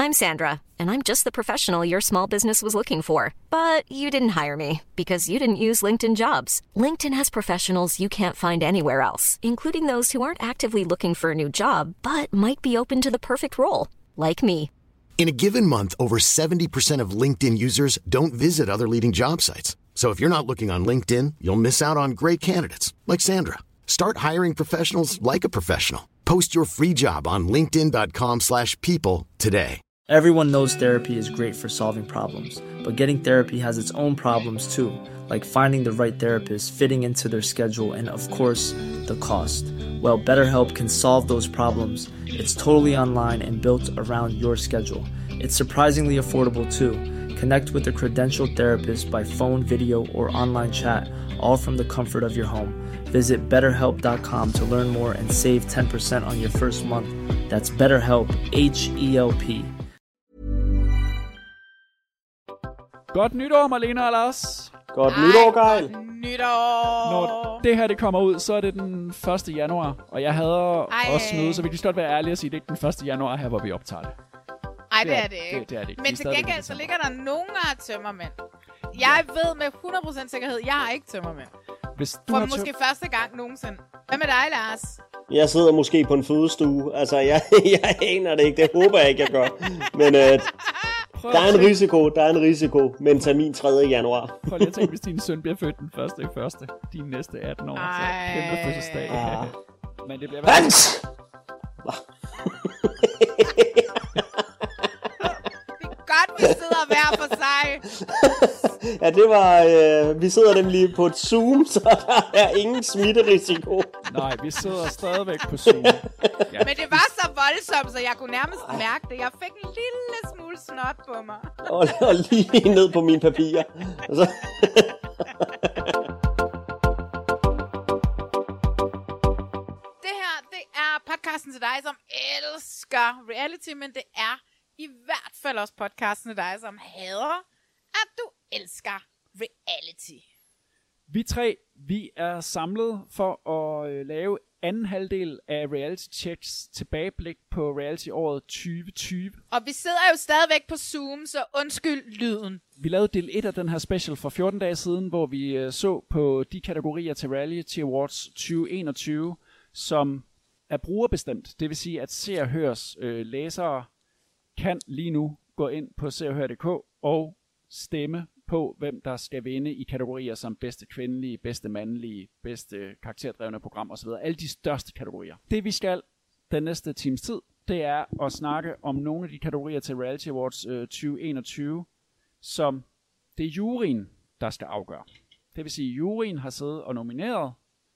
I'm Sandra, and I'm just the professional your small business was looking for. But you didn't hire me because you didn't use LinkedIn Jobs. LinkedIn has professionals you can't find anywhere else, including those who aren't actively looking for a new job, but might be open to the perfect role, like me. In a given month, over 70% of LinkedIn users don't visit other leading job sites. So if you're not looking on LinkedIn, you'll miss out on great candidates like Sandra. Start hiring professionals like a professional. Post your free job on linkedin.com/people today. Everyone knows therapy is great for solving problems, but getting therapy has its own problems too, like finding the right therapist, fitting into their schedule, and of course, the cost. Well, BetterHelp can solve those problems. It's totally online and built around your schedule. It's surprisingly affordable too. Connect with a credentialed therapist by phone, video, or online chat, all from the comfort of your home. Visit BetterHelp.com to learn more and save 10% on your first month. That's BetterHelp, H-E-L-P. Godt nytår, Marlene og Lars. Godt nytår, Geil. Nytår. Når det her det kommer ud, så er det den 1. januar. Og jeg hader også noget, så vi kan godt være ærlige og sige, at det ikke er den 1. januar her, hvor vi optager det. Nej, det er det ikke. Det er det ikke. Men til gengæld, så ligger der nogen, der har tømmermænd. Jeg ved med 100% sikkerhed, jeg har ikke tømmermænd. For måske første gang nogensinde. Hvad med dig, Lars? Jeg sidder måske på en fødestue. Altså, jeg aner det ikke. Det håber jeg ikke, jeg gør. Men der er en risiko med en termin 3. januar. Prøv lige at tænke, hvis din søn bliver født den 1. Din næste 18 år. Så kæmpe fødselsdag. Men det bliver Hans! Godt, vi sidder hver for sig. Ja, det var... vi sidder nemlig på et Zoom, så der er ingen smitterisiko. Nej, vi sidder stadigvæk på Zoom. Ja. Men det var så voldsomt, så jeg kunne nærmest mærke det. Jeg fik en lille smule snot på mig. Og lige ned på mine papirer. Så... Det her, det er podcasten til dig, som elsker reality, men det er i hvert fald også podcasten til dig, som hader, at du elsker reality. Vi tre, vi er samlet for at lave anden halvdel af Reality Checks tilbageblik på reality-året 2020. Og vi sidder jo stadigvæk på Zoom, så undskyld lyden. Vi lavede del 1 af den her special for 14 dage siden, hvor vi så på de kategorier til Reality Awards 2021, som er brugerbestemt. Det vil sige, at Se og Hørs læsere kan lige nu gå ind på seoghør.dk og stemme på, hvem der skal vinde i kategorier som bedste kvindelige, bedste mandlige, bedste karakterdrevne program osv. Alle de største kategorier. Det vi skal den næste times tid, det er at snakke om nogle af de kategorier til Reality Awards 2021, som det er juryen, der skal afgøre. Det vil sige, at juryen har siddet og nomineret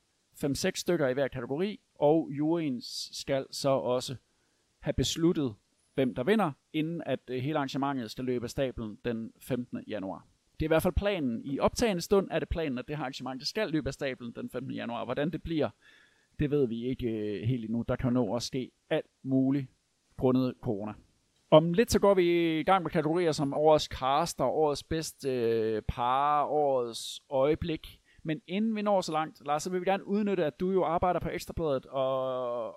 5-6 stykker i hver kategori, og juryen skal så også have besluttet, hvem der vinder, inden at hele arrangementet skal løbe af stablen den 15. januar. Det er i hvert fald planen. I optagende stund er det planen, at det her arrangement det skal løbe af stablen den 15. januar. Hvordan det bliver, det ved vi ikke helt endnu. Der kan nå at ske alt muligt grundet corona. Om lidt så går vi i gang med kategorier som årets caster, årets bedste par, årets øjeblik. Men inden vi når så langt, Lars, så vil vi gerne udnytte, at du jo arbejder på Ekstra Bladet og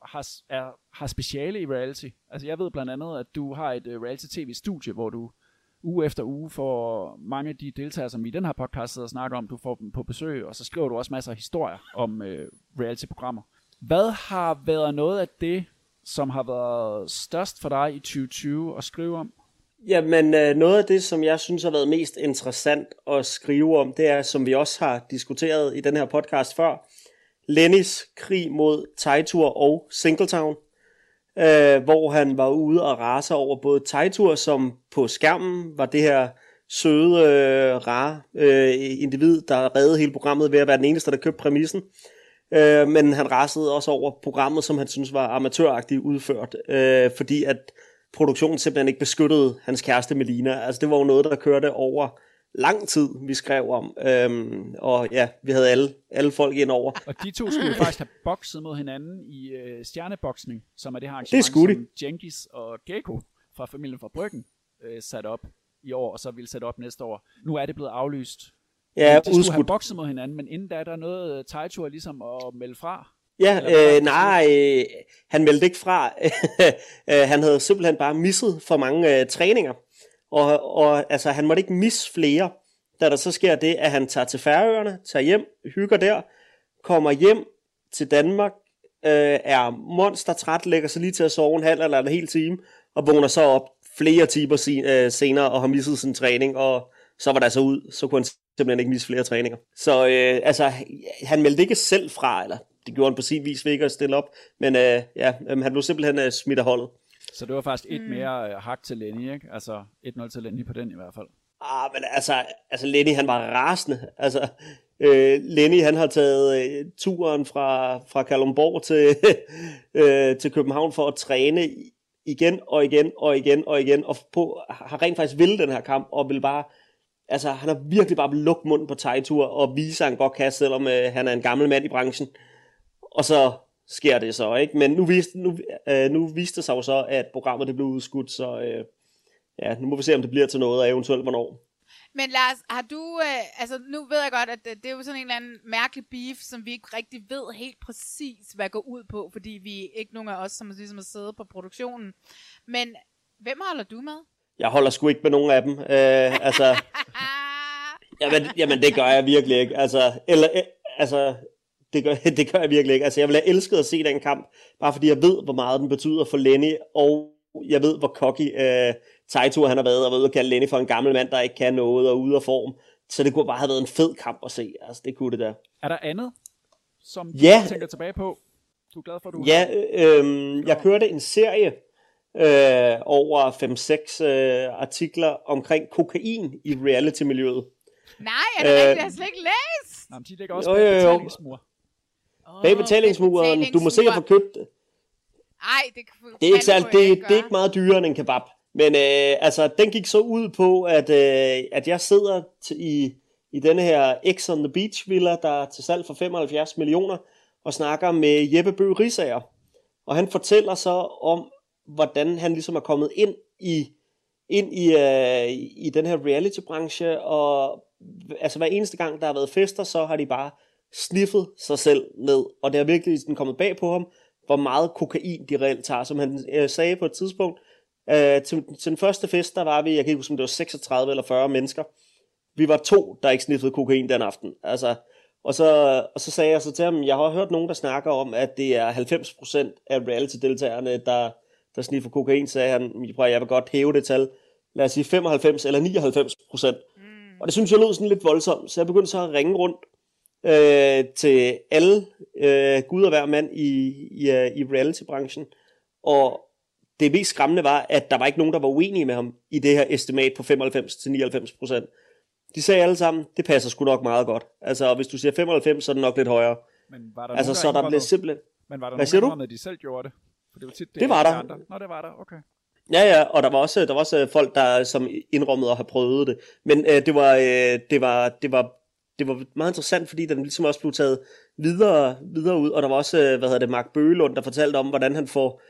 har speciale i reality. Altså jeg ved blandt andet, at du har et reality-tv-studie, hvor du uge efter uge får mange af de deltagere, som vi i den her podcast sidder og snakker om, du får dem på besøg, og så skriver du også masser af historier om reality-programmer. Hvad har været noget af det, som har været størst for dig i 2020 at skrive om? Jamen, noget af det, som jeg synes har været mest interessant at skrive om, det er, som vi også har diskuteret i den her podcast før, Lennys krig mod Teitur og Singletown, hvor han var ude og rase over både Teitur, som på skærmen var det her søde, rare individ, der reddede hele programmet ved at være den eneste, der købte præmissen. Men han rasede også over programmet, som han synes var amatøragtigt udført, fordi at produktionen simpelthen ikke beskyttede hans kæreste Melina. Altså det var jo noget, der kørte over lang tid, vi skrev om. Og ja, vi havde alle folk ind over. Og de to skulle jo faktisk have bokset mod hinanden i stjerneboksning, som er det her arrangement, som Djengis og Gecko fra familien fra Bryggen sat op i år, og så ville sætte op næste år. Nu er det blevet aflyst. Ja, de skulle have bokset mod hinanden, men inden da er der noget Teitur ligesom at melde fra. Han meldte ikke fra. Han havde simpelthen bare misset for mange træninger. Og altså, han måtte ikke misse flere. Da der så sker det, at han tager til Færøerne, tager hjem, hygger der, kommer hjem til Danmark, er monstertræt, lægger sig lige til at sove en halv eller en hel time, og vågner så op flere timer senere og har misset sin træning, og så var der så ud, så kunne han simpelthen ikke misse flere træninger. Så altså, han meldte ikke selv fra, eller det gjorde han på sin vis ved ikke at stille op, men han blev simpelthen smidt af holdet. Så det var faktisk et mere hak til Lenny, ikke? Altså 1-0 til Lenny på den i hvert fald. Men altså Lenny, han var rasende. Altså, Lenny, han har taget turen fra Kalundborg til København for at træne igen, og har rent faktisk ville den her kamp, og vil bare, altså, han har virkelig bare lukket munden på Teitur, og viser, han godt kan, selvom han er en gammel mand i branchen. Og så sker det så, ikke? Men nu viste det sig jo så, at programmet det blev udskudt, så nu må vi se, om det bliver til noget, og eventuelt hvornår. Men Lars, har du, altså nu ved jeg godt, at det er jo sådan en eller anden mærkelig beef, som vi ikke rigtig ved helt præcis, hvad går ud på, fordi vi ikke nogen af os, som ligesom har siddet på produktionen. Men hvem holder du med? Jeg holder sgu ikke med nogen af dem. Jamen, det gør jeg virkelig ikke. Det gør jeg virkelig ikke. Altså, jeg ville have elsket at se den kamp, bare fordi jeg ved, hvor meget den betyder for Lenny, og jeg ved, hvor cocky Teitur han har været, og ved at kalde Lenny for en gammel mand, der ikke kan noget og ude af form. Så det kunne bare have været en fed kamp at se. Altså, det kunne det der. Er der andet, som du tænker tilbage på? Du er glad for, at du jeg kørte en serie over 5-6 artikler omkring kokain i reality-miljøet. Nej, er det rigtigt? Jeg har slet ikke læst. Nå, men de ligger også bag betalingsmur. Bag betalingsmuren, du må sikkert få købt det. Ej, det er ikke særlig, det er ikke meget dyrere end en kebab. Men den gik så ud på, at jeg sidder i denne her X on the Beach villa, der er til salg for 75 millioner, og snakker med Jeppe Bøgh Risager. Og han fortæller så om, hvordan han ligesom er kommet ind i den her reality-branche, og altså hver eneste gang, der har været fester, så har de bare sniffet sig selv ned. Og det har virkelig sådan kommet bag på ham, hvor meget kokain de reelt tager. Som han sagde på et tidspunkt, til den første fest, der var vi, jeg kan ikke huske, om det var 36 eller 40 mennesker. Vi var 2, der ikke sniffede kokain den aften. Altså, og så sagde jeg så til ham, jeg har hørt nogen, der snakker om, at det er 90% af reality-deltagerne, der sniffer kokain, sagde han, jeg vil godt hæve det tal. Lad os sige 95 eller 99%. Og det synes jeg lød sådan lidt voldsomt, så jeg begyndte så at ringe rundt til alle gud og hver mand i reality-branchen. Og det mest skræmmende var, at der var ikke nogen, der var uenige med ham i det her estimat på 95-99%. De sagde alle sammen, det passer sgu nok meget godt. Altså, hvis du siger 95, så er det nok lidt højere. Men var der altså, så der blev simpelthen... Men var der nogen, der de selv gjorde det? For det var tit det var der. Andre. Nå, det var der, okay. Ja, og der var også folk, der som indrømmede at have prøvet det. Men det var meget interessant, fordi den ligesom også blev taget videre ud. Og der var også, Mark Bøgelund, der fortalte om, hvordan han får,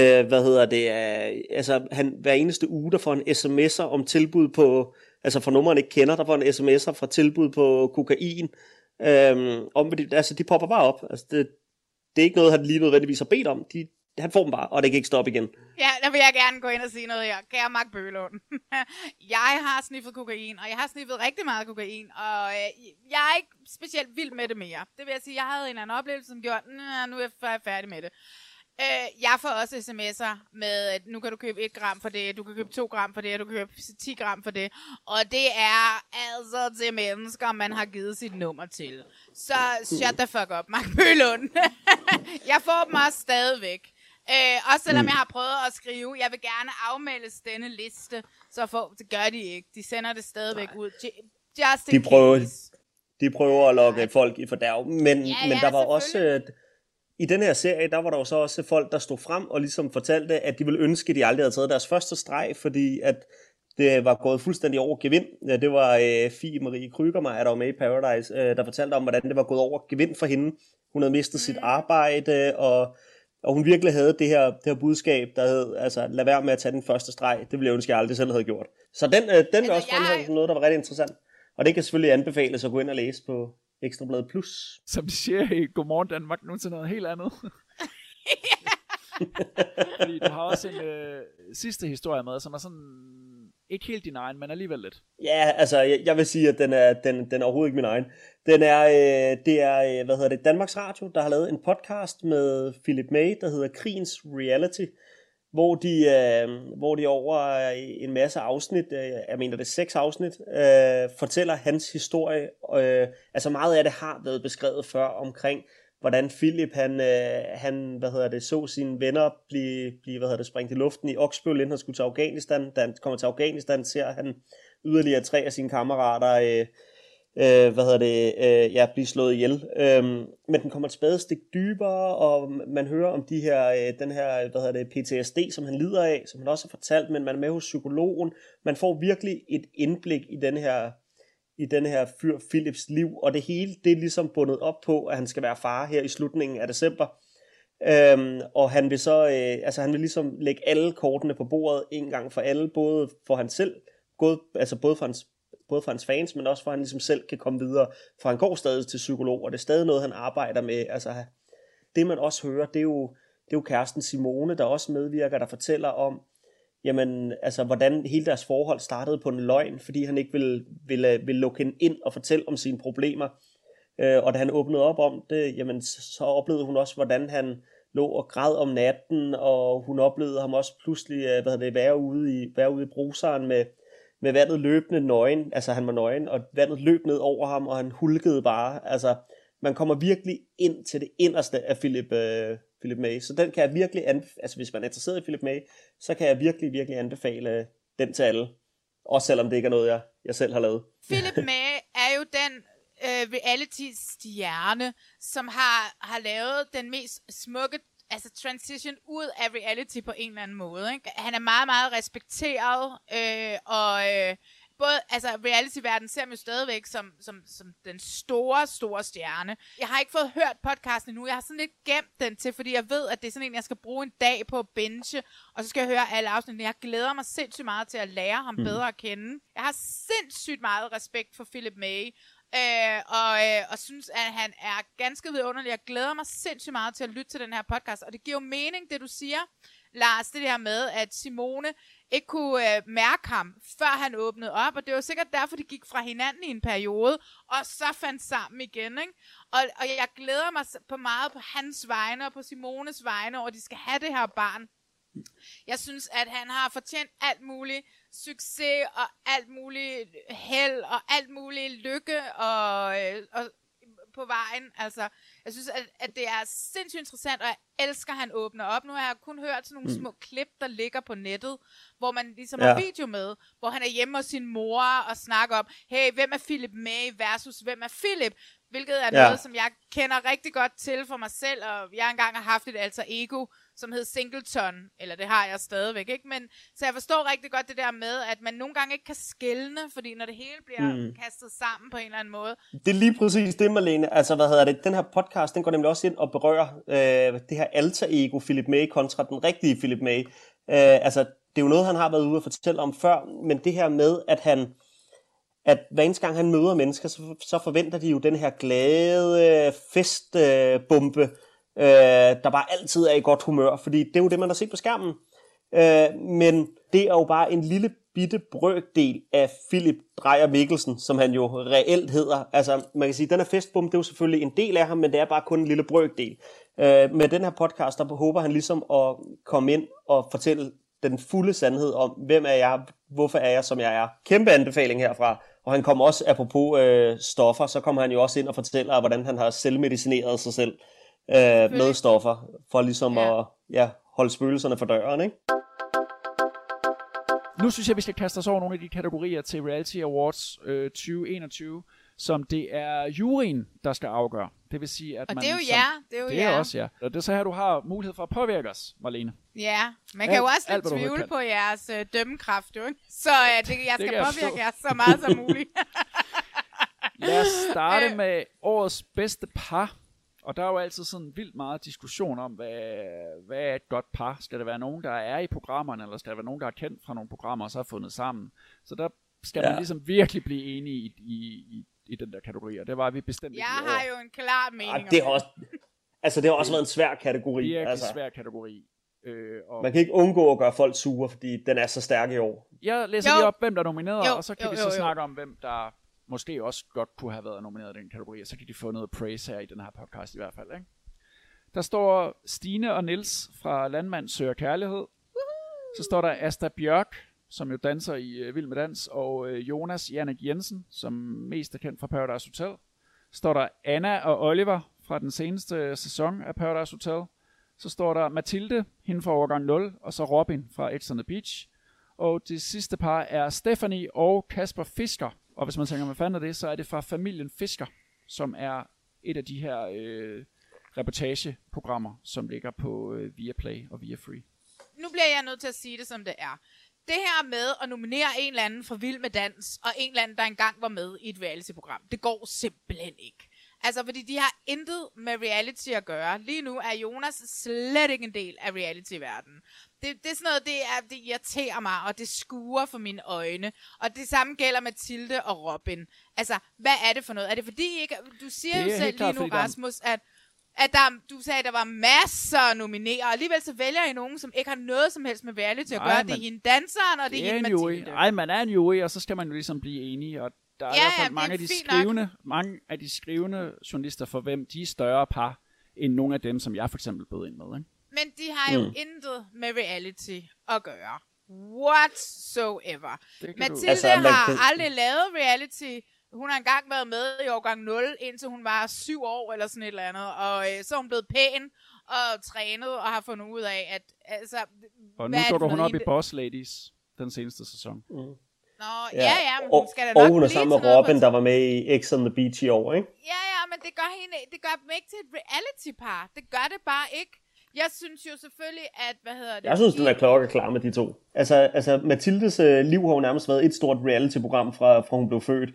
han hver eneste uge, der får en sms'er om tilbud på, altså for nummer han ikke kender, der får en sms'er fra tilbud på kokain. De popper bare op. Altså det er ikke noget, han lige nødvendigvis har bedt om. Han får dem bare, og det kan ikke stoppe igen. Ja, der vil jeg gerne gå ind og sige noget her. Kære Mark Bøgelund. Jeg har sniffet kokain, og jeg har sniffet rigtig meget kokain, og jeg er ikke specielt vild med det mere. Det vil jeg sige, jeg havde en anden oplevelse, som gjorde, nu er jeg færdig med det. Jeg får også sms'er med, at nu kan du købe 1 gram for det, du kan købe 2 gram for det, og du kan købe 10 gram for det. Og det er altså til mennesker, man har givet sit nummer til. Så shut the fuck up, Mark Bøgelund. Jeg får dem også stadigvæk. Også selvom jeg har prøvet at skrive, jeg vil gerne afmeldes denne liste, så det gør de ikke. De sender det stadigvæk ud. Just in case. De prøver at lokke folk i fordærv. Men der var også... I den her serie, der var der jo så også folk, der stod frem og ligesom fortalte, at de ville ønske, at de aldrig havde taget deres første streg, fordi at det var gået fuldstændig over gevind. Det var Fie Marie Krygermeier, der var med i Paradise, der fortalte om, hvordan det var gået over gevind for hende. Hun havde mistet sit arbejde, og hun virkelig havde det her budskab, der hed, altså lad være med at tage den første streg. Det ville jeg ønske, jeg aldrig selv havde gjort. Så den vil også fremhæve som noget, der var rigtig interessant. Og det kan selvfølgelig anbefales at gå ind og læse på Ekstrabladet Plus. Som de siger i Godmorgen Danmark, nu til noget helt andet. Fordi du har også en sidste historie med, som er sådan ikke helt din egen, men alligevel lidt. Ja, altså jeg vil sige, at den er overhovedet ikke min egen. Det er Danmarks Radio, der har lavet en podcast med Philip May, der hedder Krigens Reality, hvor de over en masse afsnit, jeg mener det er 6 afsnit, fortæller hans historie. Altså meget af det har været beskrevet før omkring, hvordan Philip han så sine venner blive sprængt i luften i Oksbøl, inden han skulle til Afghanistan. Da han kommer til Afghanistan, ser han yderligere 3 af sine kammerater blive slået ihjel. Men den kommer et spadestik dybere, og man hører om den her PTSD, som han lider af, som han også har fortalt, men man er med hos psykologen. Man får virkelig et indblik i den her fyr Philips liv, og det hele, det er ligesom bundet op på, at han skal være far her i slutningen af december. Og han vil så, han vil ligesom lægge alle kortene på bordet en gang for alle, både for han selv, både for hans fans, men også for han ligesom selv kan komme videre, for han går stadig til psykolog, og det er stadig noget, han arbejder med. Altså, det man også hører, det er jo kæresten Simone, der også medvirker, der fortæller om, jamen, altså, hvordan hele deres forhold startede på en løgn, fordi han ikke ville lukke hende ind og fortælle om sine problemer. Og da han åbnede op om det, jamen, så oplevede hun også, hvordan han lå og græd om natten, og hun oplevede ham også pludselig være ude i bruseren med vandet løbende nøgen. Altså, han var nøgen, og vandet løb ned over ham, og han hulkede bare. Altså, man kommer virkelig ind til det inderste af Philip May. Så den kan jeg virkelig hvis man er interesseret i Philip May, så kan jeg virkelig, virkelig anbefale den til alle. Også selvom det ikke er noget, jeg selv har lavet. Philip May er jo den reality-stjerne, som har lavet den mest smukke transition ud af reality på en eller anden måde. Ikke? Han er meget, meget respekteret, både, reality-verdenen ser mig jo stadigvæk som den store stjerne. Jeg har ikke fået hørt podcasten endnu. Jeg har sådan lidt gemt den til, fordi jeg ved, at det er sådan en, jeg skal bruge en dag på at binge, og så skal jeg høre alle afsnittene. Jeg glæder mig sindssygt meget til at lære ham bedre at kende. Jeg har sindssygt meget respekt for Philip May, og synes, at han er ganske vidunderlig. Jeg glæder mig sindssygt meget til at lytte til den her podcast, og det giver jo mening, det du siger, Lars, det der med, at Simone ikke kunne mærke ham, før han åbnede op, og det var sikkert derfor, de gik fra hinanden i en periode, og så fandt sammen igen, ikke? Og jeg glæder mig på meget på hans vegne, og på Simones vegne, og de skal have det her barn. Jeg synes, at han har fortjent alt muligt succes, og alt muligt held, og alt muligt lykke, og på vejen. Altså, jeg synes, at det er sindssygt interessant, og jeg elsker, at han åbner op. Nu har jeg kun hørt sådan nogle små klip, der ligger på nettet, hvor man ligesom har video med, hvor han er hjemme hos sin mor og snakker om, hey, hvem er Philip May versus hvem er Philip? Hvilket er noget, som jeg kender rigtig godt til for mig selv, og jeg engang har haft et alter ego, som hed Singleton, eller det har jeg stadigvæk, ikke? Men, så jeg forstår rigtig godt det der med, at man nogle gange ikke kan skelne, fordi når det hele bliver kastet sammen på en eller anden måde. Det er lige præcis det, Marlene. Altså, den her podcast, den går nemlig også ind og berører det her alter ego Philip May kontra den rigtige Philip May. Det er jo noget, han har været ude at fortælle om før, men det her med, at hver eneste gang han møder mennesker, så forventer de jo den her glade festbombe, der bare altid er i godt humør, fordi det er jo det, man har set på skærmen. Men det er jo bare en lille bitte brøkdel af Philip Dreyer Mikkelsen, som han jo reelt hedder. Altså, man kan sige, at den her festbombe, det er jo selvfølgelig en del af ham, men det er bare kun en lille brøkdel. Med den her podcast, der håber han ligesom at komme ind og fortælle den fulde sandhed om, hvem er jeg, hvorfor er jeg, som jeg er. Kæmpe anbefaling herfra. Og han kommer også, apropos stoffer, så kommer han jo også ind og fortæller, hvordan han har selvmedicineret sig selv med stoffer, for ligesom at holde spøgelserne for døren, ikke? Nu synes jeg, vi skal kaste os over nogle af de kategorier til Reality Awards 2021, som det er juryen, der skal afgøre. Det vil sige, at og man... det er jo jer. Det er også jer. Og det er så her, du har mulighed for at påvirke os, Marlene. Ja, man kan jo også lidt tvivle på jeres dømmekraft, jo ikke? Så jeg skal påvirke jer så meget som muligt. Lad os starte med årets bedste par. Og der er jo altid sådan vildt meget diskussion om, hvad er et godt par? Skal det være nogen, der er i programmerne, eller skal det være nogen, der er kendt fra nogle programmer, og så har fundet sammen? Så der skal man ligesom virkelig blive enige i den der kategori, og det var vi bestemt ikke. Jeg har jo en klar mening om det har også, altså det har også været en svær kategori. Det er altså. en svær kategori. Og man kan ikke undgå at gøre folk sure, fordi den er så stærk i år. jeg læser lige op, hvem der er nomineret, og så kan vi så jo. snakke om, hvem der måske også godt kunne have været nomineret i den kategori, og så kan de få noget praise her i den her podcast i hvert fald. Ikke? Der står Stine og Niels fra Landmand Søger Kærlighed. Så står der Asta Bjørk, som jo danser i Vild med Dans, og Jonas Jannik Jensen, som mest er kendt fra Paradise Hotel. Så står der Anna og Oliver fra den seneste sæson af Paradise Hotel. Så står der Mathilde, hende fra årgang 0, og så Robin fra X on the Beach. Og det sidste par er Stephanie og Kasper Fisker. Og hvis man tænker, hvad fanden er det, så er det fra familien Fisker, som er et af de her reportageprogrammer, som ligger på Viaplay og Viafree. Nu bliver jeg nødt til at sige det, som det er. Det her med at nominere en eller anden fra Vild med Dans, og en eller anden, der engang var med i et reality-program, det går simpelthen ikke. Altså, fordi de har intet med reality at gøre. Lige nu er Jonas slet ikke en del af reality-verdenen. Det er sådan noget, det irriterer mig, og det skuer for mine øjne. Og det samme gælder Mathilde og Robin. Altså, hvad er det for noget? Er det fordi ikke... Du siger jo selv lige nu, Rasmus, at du sagde, at der var masser at nominere, og alligevel så vælger I nogen, som ikke har noget som helst med reality at gøre. Det er hende danseren, og det er hende Mathilde. Nej, man er en jury, og så skal man jo ligesom blive enige, og der er i hvert fald mange af de skrivende journalister, for hvem de er større par, end nogle af dem, som jeg for eksempel bød ind med. Ikke? Men de har jo intet med reality at gøre. Whatsoever. Mathilde har aldrig lavet reality. Hun har engang været med i årgang 0, indtil hun var 7 år eller sådan et eller andet. Og så er hun blevet pæn og trænet og har fundet ud af, at... Altså, og nu dukker hun op i Boss Ladies den seneste sæson. Nå, ja, men hun skal da nok og hun er sammen med Robin, der var med i X on the Beach i år, ikke? Ja, men det gør dem ikke til et reality-par. Det gør det bare ikke. Jeg synes jo selvfølgelig, at, Jeg synes, den er klokkeklar med de to. Altså Mathildes liv har jo nærmest været et stort reality-program fra hun blev født.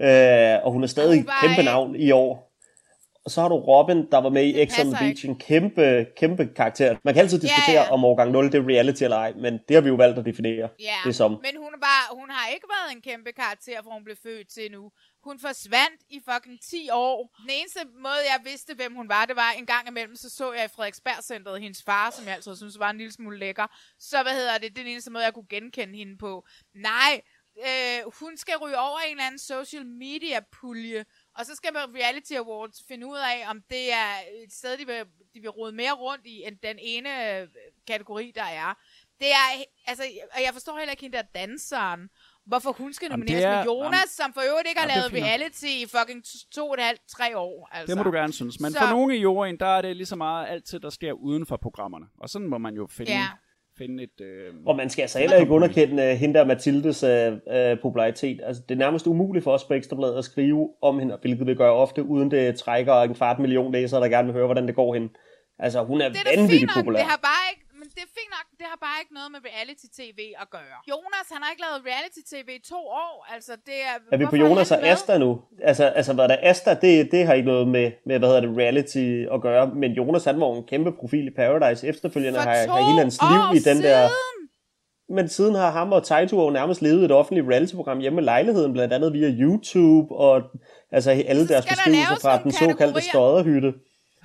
Og hun er stadig kæmpe navn i år. Og så har du Robin, der var med i X on the Beach, en kæmpe karakter. Man kan altid diskutere, om årgang 0 det er reality eller ej, men det har vi jo valgt at definere det som. Men hun har ikke været en kæmpe karakter, for hun blev født til nu. Hun forsvandt i fucking 10 år. Den eneste måde, jeg vidste, hvem hun var, det var en gang imellem, så jeg i Frederiksberg-centret hendes far, som jeg altid synes var en lille smule lækker. Så det er den eneste måde, jeg kunne genkende hende på. Nej, hun skal ryge over en eller anden social media pulje, og så skal Reality Awards finde ud af, om det er et sted, de vil rode mere rundt i, end den ene kategori, der er. Det er, altså, og jeg forstår heller ikke hende der danseren, hvorfor hun skal nomineres med Jonas, som for øvrigt ikke har lavet reality i fucking 2,5-3 år. Altså. Det må du gerne synes, men for nogle i juryen, der er det lige så meget altid, der sker uden for programmerne, og sådan må man jo finde et... Og man skal altså heller ikke underkende hende der Mathildes popularitet. Altså, det er nærmest umuligt for os på Ekstrabladet at skrive om hende, hvilket vi gør ofte, uden det trækker 250.000 læsere, der gerne vil høre, hvordan det går hende. Altså, hun er vanvittigt populær. Det har bare ikke, men det er fint nok, det har bare ikke noget med reality-tv at gøre. Jonas, han har ikke lavet reality-tv i 2 år. Altså, det er vi på Jonas og Asta nu? Altså hvad der Asta, det har ikke noget med reality at gøre. Men Jonas, han var en kæmpe profil i Paradise. Efterfølgende har hele hans liv i den der... Men siden har ham og Taito jo nærmest levet et offentligt reality-program hjemme i lejligheden, blandt andet via YouTube, og altså alle deres beskrivelser fra den såkaldte stodderhytte.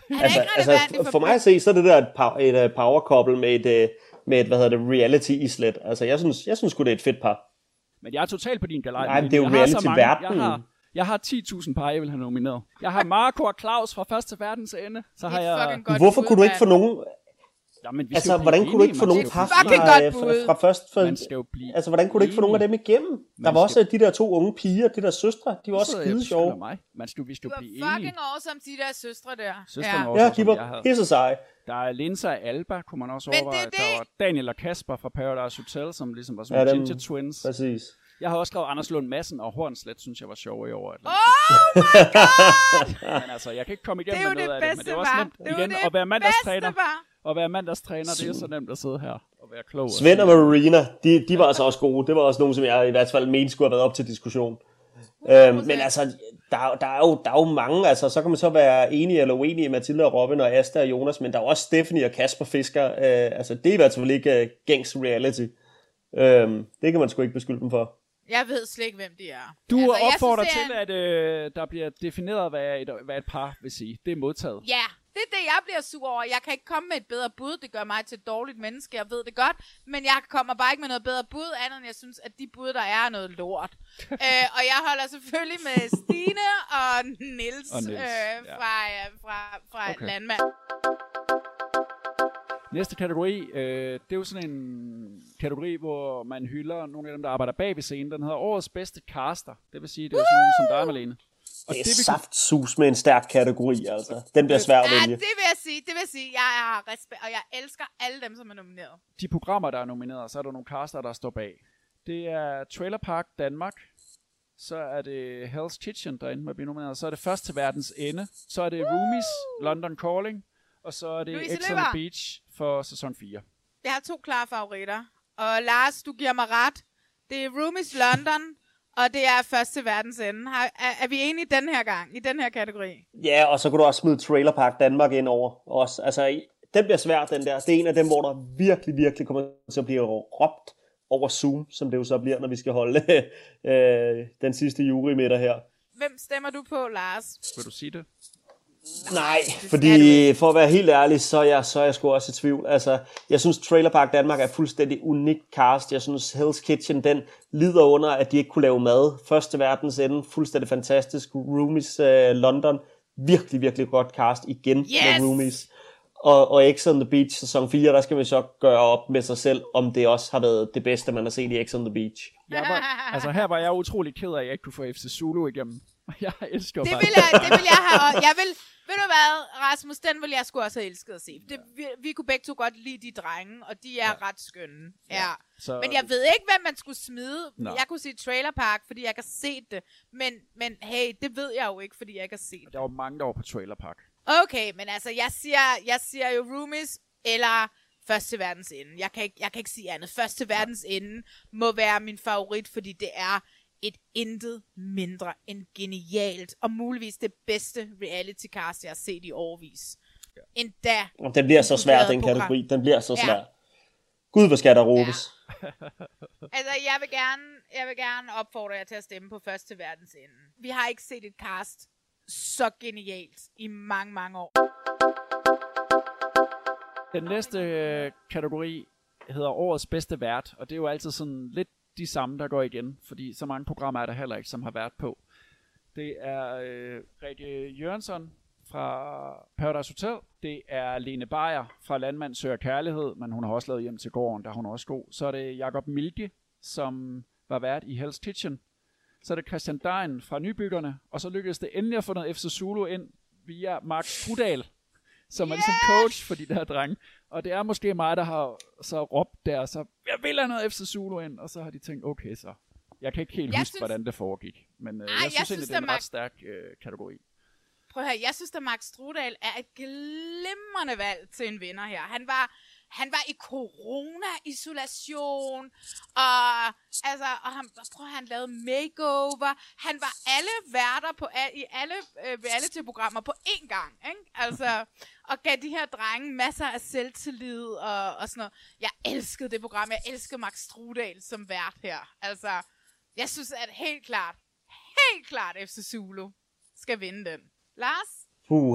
Altså, for mig at se, så er det der et power couple med et reality islet. Altså, jeg synes sgu, det er et fedt par. Men jeg er totalt på din galej. Nej, men det er jo reality-verden. Jeg har 10.000 par, jeg vil have nomineret. Jeg har Marco og Claus fra først til verdens ende. Så har jeg... Hvorfor kunne du ikke få nogen... Jamen, altså, hvordan kunne du ikke få nogen par fra først? Altså, hvordan kunne du ikke få nogen af dem igennem? Der var også de der 2 unge piger, de der søstre, de var også skide sjove. Man skulle blive enige. Du var fucking awesome, de der søstre der. Ja, de var pisse seje. Der er Linsa og Alba, kunne man også overveje. Der var Daniel og Kasper fra Paradise Hotel, som ligesom var sådan ginger twins. Præcis. Jeg har også skrevet Anders Lund Madsen og Hornslet, synes jeg var sjove i år. Oh my god! Men altså, jeg kan ikke komme igennem med noget af det, men det er også nemt igen at være mandagstræner. Og være mandagstræner, det er så nemt at sidde her og være klog. Svend og Marina, de var altså også gode. Det var også nogen, som jeg i hvert fald mente skulle have været op til diskussion. Men altså, der er jo mange, altså, så kan man så være enige eller uenige med Mathilde og Robin og Asta og Jonas, men der er også Stephanie og Kasper Fisker. Altså, det er i hvert fald ikke gængs reality. Det kan man sgu ikke beskylde dem for. Jeg ved slet ikke, hvem de er. Du opfordrer til, at der bliver defineret, hvad et par vil sige. Det er modtaget. Ja, det er det, jeg bliver sur over. Jeg kan ikke komme med et bedre bud. Det gør mig til et dårligt menneske, jeg ved det godt. Men jeg kommer bare ikke med noget bedre bud, andet end jeg synes, at de bud, der er noget lort. Og jeg holder selvfølgelig med Stine og Niels, fra okay. Landmand. Næste kategori, det er jo sådan en kategori, hvor man hylder nogle af dem, der arbejder bag ved scenen. Den hedder Årets bedste caster. Det vil sige, det er sådan nogen som dig, Malene. Og det er saftsus med en stærk kategori, altså. Den bliver svær at vælge. Ja, det vil jeg sige. Jeg har respekt, og jeg elsker alle dem, som er nomineret. De programmer, der er nomineret, så er der nogle caster, der står bag. Det er Trailer Park Danmark. Så er det Hell's Kitchen, der ender med at blive nomineret. Så er det Først til verdens ende. Så er det Roomies, London Calling. Og så er det Ex on the Beach for sæson 4. Jeg har 2 klare favoritter. Og Lars, du giver mig ret. Det er Roomies London, og det er Først til verdens ende. Er vi enige den her gang, i den her kategori? Ja, og så kan du også smide Trailer Park Danmark ind over os. Altså, den bliver svær, den der. Det er en af dem, hvor der virkelig, virkelig kommer til at blive råbt over Zoom, som det jo så bliver, når vi skal holde den sidste jurymiddag her. Hvem stemmer du på, Lars? Vil du sige det? Nej, fordi for at være helt ærlig, så er jeg sgu også i tvivl. Altså, jeg synes Trailer Park Danmark er fuldstændig unik cast. Jeg synes Hell's Kitchen, den lider under, at de ikke kunne lave mad. Først til verdens ende, fuldstændig fantastisk. Roomies London, virkelig, virkelig godt cast igen med Roomies. Og Ex on the Beach sæson 4, der skal vi så gøre op med sig selv, om det også har været det bedste, man har set i Ex on the Beach. Her var jeg utrolig ked af, at jeg ikke kunne få FC Zulu igennem. Jeg elsker det vil jeg have. Ved du hvad, Rasmus, den vil jeg sgu også have elsket at se. Vi kunne begge to godt lide de drenge, og de er ret skønne. Ja. Så, men jeg ved ikke, hvad man skulle smide. Jeg kunne sige Trailer Park, fordi jeg ikke har set det. Men hey, det ved jeg jo ikke, fordi jeg ikke har set det. Der var mange, der var på Trailer Park. Okay, men altså, jeg siger jo Roomies eller Først til verdens ende. Jeg kan ikke sige andet. Først til verdens ende må være min favorit, fordi det er et intet mindre end genialt, og muligvis det bedste reality cast, jeg har set i årevis. Ja. Endda. Den bliver så svær, den kategori. Den bliver så svær. Gud, hvor skal der råbes. Ja. Altså, jeg vil gerne opfordre jer til at stemme på Først til verdens ende. Vi har ikke set et cast så genialt i mange, mange år. Den næste kategori hedder Årets bedste vært, og det er jo altid sådan lidt de samme, der går igen, fordi så mange programmer er der heller ikke, som har været på. Det er Rikke Jørgensen fra Paradise Hotel. Det er Lene Beyer fra Landmand Søger Kærlighed, men hun har også lavet Hjem til gården, der hun er også god. Så er det Jacob Milke, som var vært i Hell's Kitchen. Så er det Christian Dein fra Nybyggerne, og så lykkedes det endelig at få noget FC Zulu ind via Mark Strudal, som er ligesom coach for de der drenge. Og det er måske mig, der har så råbt der, så jeg vil have noget FC Zulu ind, og så har de tænkt, okay så. Jeg kan ikke helt huske, hvordan det foregik, men jeg synes egentlig, det er en ret stærk kategori. Prøv at høre, jeg synes, at Mark Strudal er et glimrende valg til en vinder her. Han var i corona-isolation, og han lavede makeover. Han var alle værter i alle reality-programmer på én gang, ikke? Altså, og gav de her drenge masser af selvtillid og sådan noget. Jeg elskede det program. Jeg elskede Mark Strudal som vært her. Altså, jeg synes, at helt klart FC Zulu skal vinde den. Lars?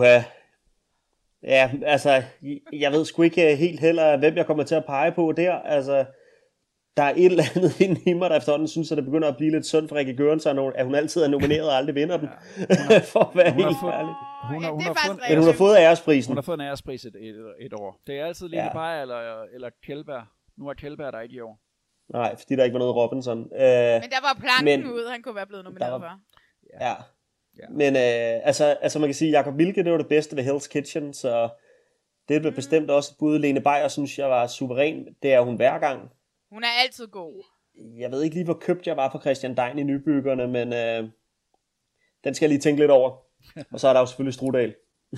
Ja, altså, jeg ved sgu ikke helt heller, hvem jeg kommer til at pege på der. Altså, der er et eller andet inde i mig, der efterhånden synes, at det begynder at blive lidt synd for Rikke Jørgensen, at hun altid er nomineret og aldrig vinder den. For at være helt ærlig. Hun har fået æresprisen. Hun har fået en ærespris et år. Det er altid Lene Beyer eller Kjeldberg. Nu er Kjeldberg der ikke i år. Nej, fordi der ikke var noget Robinson. Men der var planken ud, han kunne være blevet nomineret for. Ja. Men altså man kan sige, Jacob Milke, det var det bedste ved Hell's Kitchen, så det blev bestemt også bud. Lene Beyer synes jeg var suveræn. Det er hun hver gang. Hun er altid god. Jeg ved ikke lige, hvor købt jeg var for Christian Dein i Nybyggerne, men den skal jeg lige tænke lidt over. Og så er der jo selvfølgelig Strudal.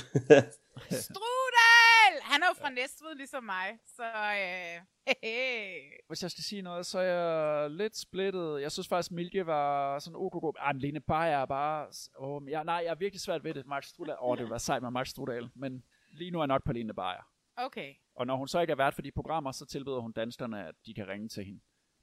Strudal! Han er jo fra Næstved, ligesom mig. Så Hvis jeg skal sige noget, så er jeg lidt splittet. Jeg synes faktisk, Milke var sådan ok. Lene Beyer er bare... jeg er virkelig svært ved det. Mark Strudal. Det var sejt med Mark Strudal. Men lige nu er jeg nok på Lene Beyer. Okay. Og når hun så ikke er vært for de programmer, så tilbyder hun danskerne, at de kan ringe til hende.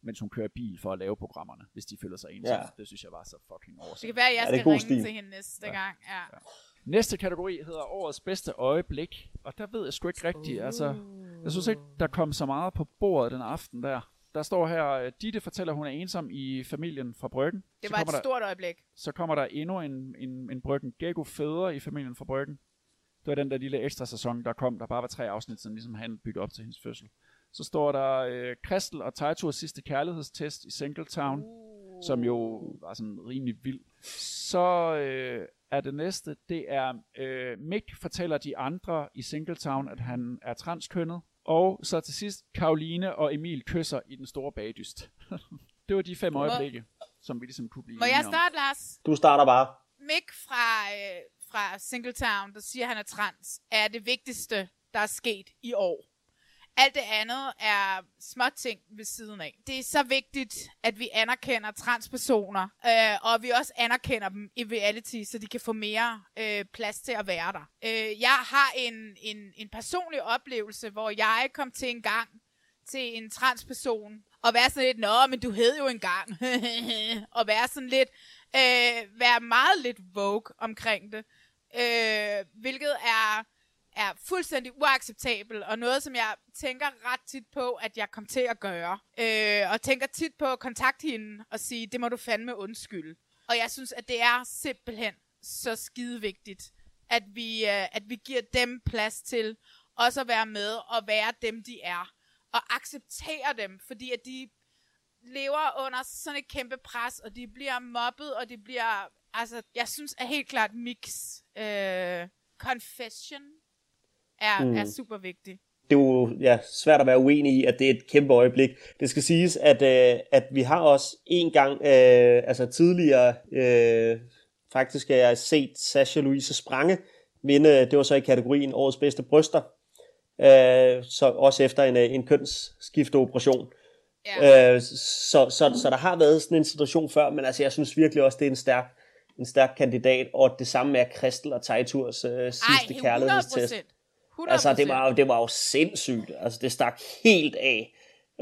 mens hun kører bil for at lave programmerne, hvis de føler sig ensomme. Det synes jeg var så fucking awesome. Det kan være, at jeg skal ringe til hende næste gang. Ja. Næste kategori hedder årets bedste øjeblik, og der ved jeg sgu ikke rigtigt. Altså, jeg synes ikke, der kom så meget på bordet den aften der. Der står her, Ditte fortæller, hun er ensom i familien fra Bryggen. Det var et stort øjeblik. Så kommer der endnu en Bryggen Gekko fædre i familien fra Bryggen. Det var den der lille ekstra sæson, der kom. Der bare var 3 afsnit, som ligesom han byggede op til hendes fødsel. Så står der Christel og Tejturs sidste kærlighedstest i Singletown, som jo var sådan rimelig vild. Så er det næste, det er Mick fortæller de andre i Singletown, at han er transkønnet. Og så til sidst, Karoline og Emil kysser i den store bagdyst. Det var de 5 øjeblikke, som vi ligesom kunne blive enige om. Må jeg starte, Lars? Du starter bare. Mick fra Singletown, der siger, at han er trans, er det vigtigste, der er sket i år. Alt det andet er småting ved siden af. Det er så vigtigt, at vi anerkender transpersoner, og vi også anerkender dem i reality, så de kan få mere plads til at være der. Jeg har en personlig oplevelse, hvor jeg kom til en gang til en transperson, og være sådan lidt, nå, men du hed jo engang, og være sådan lidt, være meget lidt vogue omkring det, hvilket er fuldstændig uacceptabel, og noget, som jeg tænker ret tit på, at jeg kom til at gøre. Og tænker tit på at kontakte hende og sige, det må du fandme undskylde. Og jeg synes, at det er simpelthen så skide vigtigt, at vi giver dem plads til også at være med og være dem, de er. Og acceptere dem, fordi at de lever under sådan et kæmpe pres, og de bliver mobbet, og de bliver... Altså, jeg synes at helt klart Mix confession er super vigtig. Det er jo svært at være uenig i, at det er et kæmpe øjeblik. Det skal siges, at vi har også en gang, tidligere, faktisk har jeg set Sasha Louise Sprange vinde, det var så i kategorien årets bedste bryster, så også efter en kønsskifteoperation. Ja. Så der har været sådan en situation før, men altså jeg synes virkelig også, det er en stærk kandidat, og det samme med Christel og Tejturs sidste kærlighedstest. 100%. Altså, det var jo sindssygt. Altså, det stak helt af.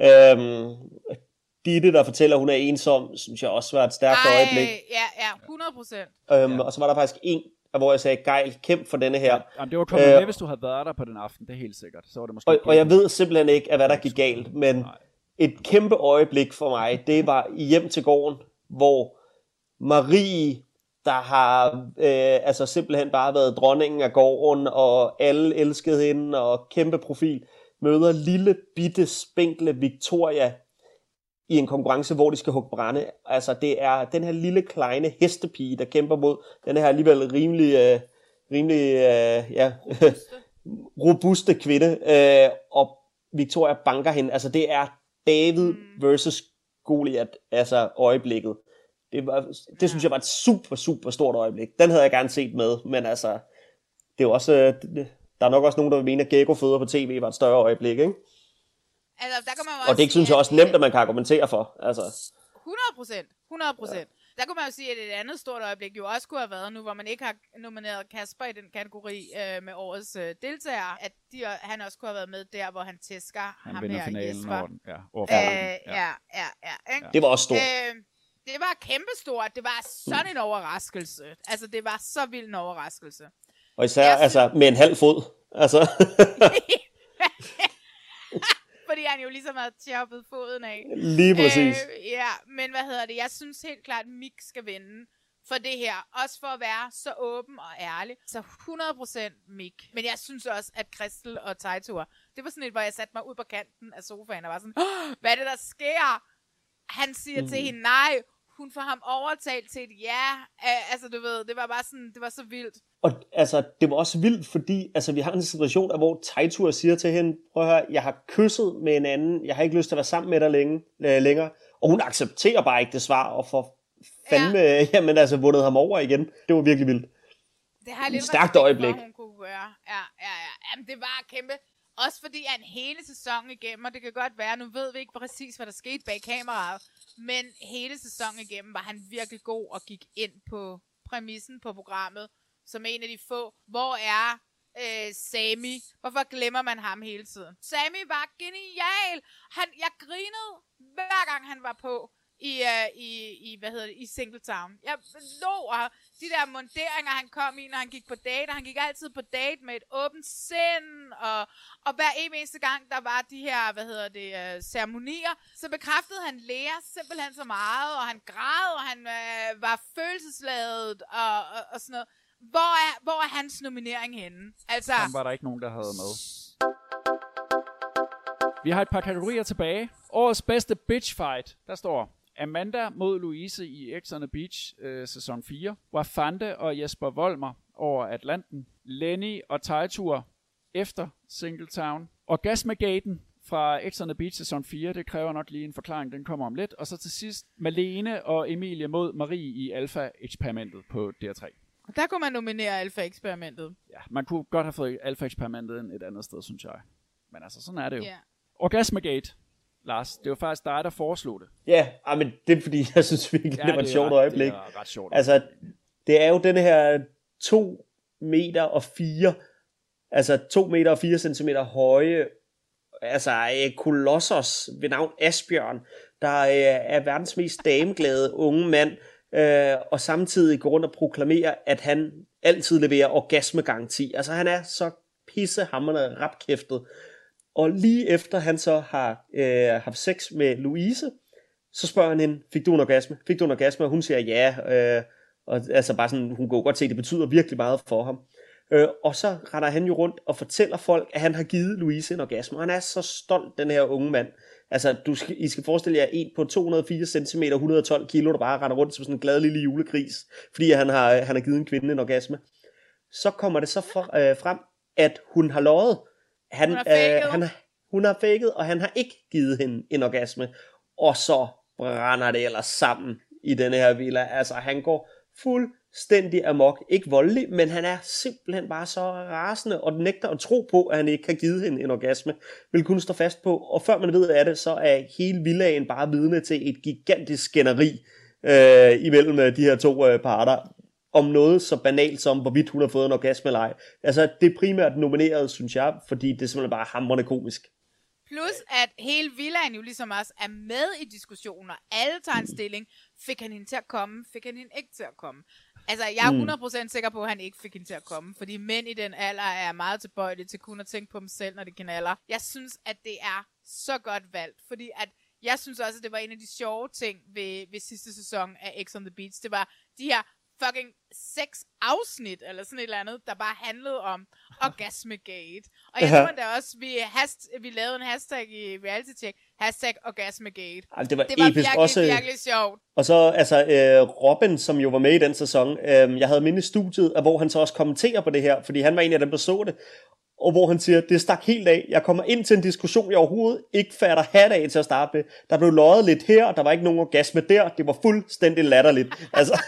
Ditte, der fortæller, hun er ensom, synes jeg også var et stærkt øjeblik. Ja, 100%. Og så var der faktisk en, hvor jeg sagde, Geil, kæmp for denne her. Jamen, det var kommet med, hvis du havde været der på den aften, det er helt sikkert. Så var det måske og jeg ved simpelthen ikke, hvad der gik galt, men et kæmpe øjeblik for mig, det var i Hjem til gården, hvor Marie, der har simpelthen bare været dronningen af gården, og alle elskede hende, og kæmpe profil, møder lille, bitte, spinkle Victoria i en konkurrence, hvor de skal hugge brænde. Altså, det er den her lille, kleine hestepige, der kæmper mod den her alligevel rimelig robuste kvinde, og Victoria banker hende. Altså, det er David versus Goliath, altså øjeblikket. Det synes jeg var et super, super stort øjeblik. Den havde jeg gerne set med, men altså, det er jo også, der er nok også nogen, der vil mene, at Gekko føder på tv var et større øjeblik, ikke? Altså, der kan man jo og det synes jeg også nemt, at man kan argumentere for. Altså. 100%. Ja. Der kunne man jo sige, at et andet stort øjeblik jo også kunne have været nu, hvor man ikke har nomineret Kasper i den kategori med årets deltager, at han også kunne have været med der, hvor han tæsker ham her i Jesper. Ikke? Det var også stort. Det var kæmpestort. Det var sådan en overraskelse. Altså, det var så vild en overraskelse. Og især med en halv fod. Altså. Fordi han jo ligesom havde tjoppet foden af. Lige præcis. Men jeg synes helt klart, at Mick skal vinde for det her. Også for at være så åben og ærlig. Så 100% Mick. Men jeg synes også, at Christel og Tejtur, det var sådan et, hvor jeg satte mig ud på kanten af sofaen og var sådan, hvad er det, der sker? Han siger til hende nej, hun får ham overtalt til et ja. Altså, du ved, det var bare sådan, det var så vildt. Og altså, det var også vildt, fordi altså, vi har en situation, hvor Tejtur siger til hende, prøv at høre, jeg har kysset med en anden, jeg har ikke lyst til at være sammen med dig længere. Og hun accepterer bare ikke det svar, og får fandme, vundet ham over igen. Det var virkelig vildt. Det har lidt stærkt øjeblik. Hun kunne gøre. Ja. Jamen, det var kæmpe. Også fordi han hele sæsonen igennem, og det kan godt være, nu ved vi ikke præcis, hvad der skete bag kameraet, men hele sæsonen igennem var han virkelig god og gik ind på præmissen på programmet, som en af de få. Hvor er Sami? Hvorfor glemmer man ham hele tiden? Sami var genial! Jeg grinede hver gang han var på i Singletown. Jeg lå, og de der munderinger, han kom i, når han gik på date, og han gik altid på date med et åbent sind, og hver eneste gang, der var de her, ceremonier, så bekræftede han Lea simpelthen så meget, og han græd, og han var følelsesladet, og sådan noget. Hvor er hans nominering henne? Altså, han var der ikke nogen, der havde med. Vi har et par kategorier tilbage. Årets bedste bitch fight, der står Amanda mod Louise i X on the Beach sæson 4. Wafande og Jesper Volmer over Atlanten. Lenny og Tejtur efter Singletown. Orgasmegaten fra X on the Beach sæson 4. Det kræver nok lige en forklaring, den kommer om lidt. Og så til sidst Malene og Emilie mod Marie i Alpha-eksperimentet på DR3. Der kunne man nominere Alpha-eksperimentet. Ja, man kunne godt have fået Alpha-eksperimentet et andet sted, synes jeg. Men altså, sådan er det jo. Yeah. Orgasmegate, Lars, det var faktisk dig, der foreslog det. Ja, men det er fordi, jeg synes virkelig, det var et sjovt øjeblik. Det er ret sjovt. Altså, det er jo den her 2 meter og 4, altså 2 meter og 4 centimeter høje, altså kolossos ved navn Asbjørn, der er verdens mest dameglade unge mand, og samtidig går rundt og proklamerer, at han altid leverer orgasmegaranti. Altså, han er så pissehamrende rapkæftet. Og lige efter han så har haft sex med Louise, så spørger han hende, fik du en orgasme? Fik du en orgasme? Og hun siger ja. Og altså bare sådan, hun kunne godt se, at det betyder virkelig meget for ham. Og så render han jo rundt og fortæller folk, at han har givet Louise en orgasme. Og han er så stolt, den her unge mand. Altså, I skal forestille jer en på 204 cm, 112 kilo, der bare render rundt som sådan en glad lille julegris, fordi han har givet en kvinde en orgasme. Så kommer det så frem, at hun har løjet. Hun har faked, og han har ikke givet hende en orgasme. Og så brænder det ellers sammen i denne her villa. Altså, han går fuldstændig amok. Ikke voldelig, men han er simpelthen bare så rasende, og nægter at tro på, at han ikke har givet hende en orgasme. Vil kunne stå fast på, og før man ved af det, så er hele villaen bare vidne til et gigantisk skænderi imellem de her to parter. Om noget så banalt som, hvorvidt hun har fået en orgasme eller ej. Altså, det er primært nomineret, synes jeg, fordi det er simpelthen bare hamrende komisk. Plus, at hele villaen jo ligesom også er med i diskussioner. Alle tager en stilling. Fik han hende til at komme? Fik han hende ikke til at komme? Altså, jeg er 100% sikker på, at han ikke fik hende til at komme. Fordi mænd i den alder er meget tilbøjelige til kun at tænke på dem selv, når de knaller. Jeg synes, at det er så godt valgt. Fordi at jeg synes også, at det var en af de sjove ting ved sidste sæson af X on the Beach. Det var de her fucking 6 afsnit, eller sådan et eller andet, der bare handlede om Orgasmegate. Og jeg tror da også, vi lavede en hashtag i Reality Check, #Orgasmegate. Det var episk, virkelig sjovt. Og så, Robin, som jo var med i den sæson, jeg havde minde i studiet, hvor han så også kommenterer på det her, fordi han var en af dem, der så det, og hvor han siger, det stak helt af. Jeg kommer ind til en diskussion, jeg overhovedet ikke fatter hat af til at starte med. Der blev løjet lidt her, og der var ikke nogen orgasme der. Det var fuldstændig latterligt. Altså,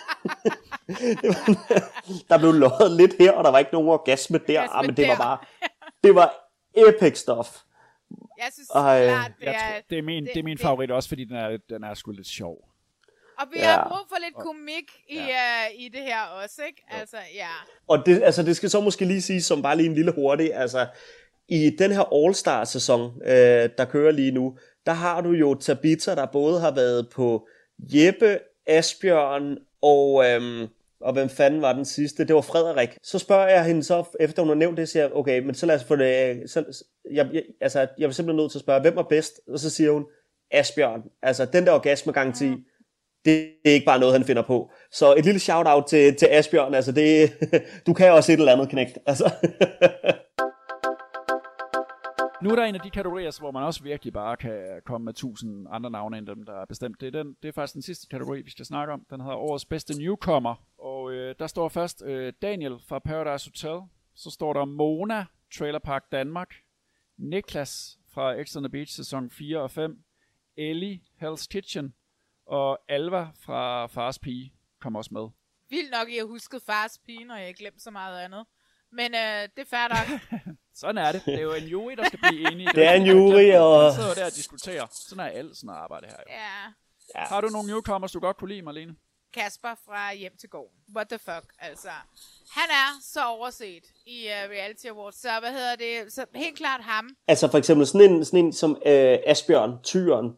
der blev løjet lidt her, og der var ikke nogen orgasme der. Men det var bare, det var epic stuff. Jeg synes klart, det er min favorit også, fordi den er sgu lidt sjov. Og vi har brug for lidt komik i det her også, ikke? Altså, ja. Og det skal så måske lige sige, som bare lige en lille hurtig, altså, i den her All-Star-sæson, der kører lige nu, der har du jo Tabitha, der både har været på Jeppe, Asbjørn og hvem fanden var den sidste? Det var Frederik. Så spørger jeg hende så, efter hun har nævnt det, siger jeg, okay, men så lad os få det, jeg vil simpelthen nødt til at spørge, hvem er bedst? Og så siger hun, Asbjørn. Altså, den der orgasmegaranti, det er ikke bare noget, han finder på. Så et lille shout-out til Asbjørn. Altså, du kan også et eller andet, knægt. Altså. Nu er der en af de kategorier, hvor man også virkelig bare kan komme med 1000 andre navne end dem, der er bestemt. Det er faktisk den sidste kategori, vi skal snakke om. Den hedder Årets bedste newcomer. Og der står først Daniel fra Paradise Hotel. Så står der Mona, Trailer Park Danmark. Niklas fra X on the Beach, sæson 4 og 5. Ellie, Hell's Kitchen. Og Alva fra Fars Pige kom også med. Vildt nok, I har husket Fars Pige, når jeg glemt så meget andet. Men det er fair nok. Sådan er det. Det er jo en jury, der skal blive enige. Det er en jury, og... Man sidder der og diskuterer. Sådan er alt sådan arbejde her. Jo. Ja. Har du nogle newcomers, du godt kunne lide, Marlene? Kasper fra Hjem til Gården. What the fuck, altså. Han er så overset i Reality Awards, så hvad hedder det? Så helt klart ham. Altså for eksempel sådan en som Asbjørn, Tyren,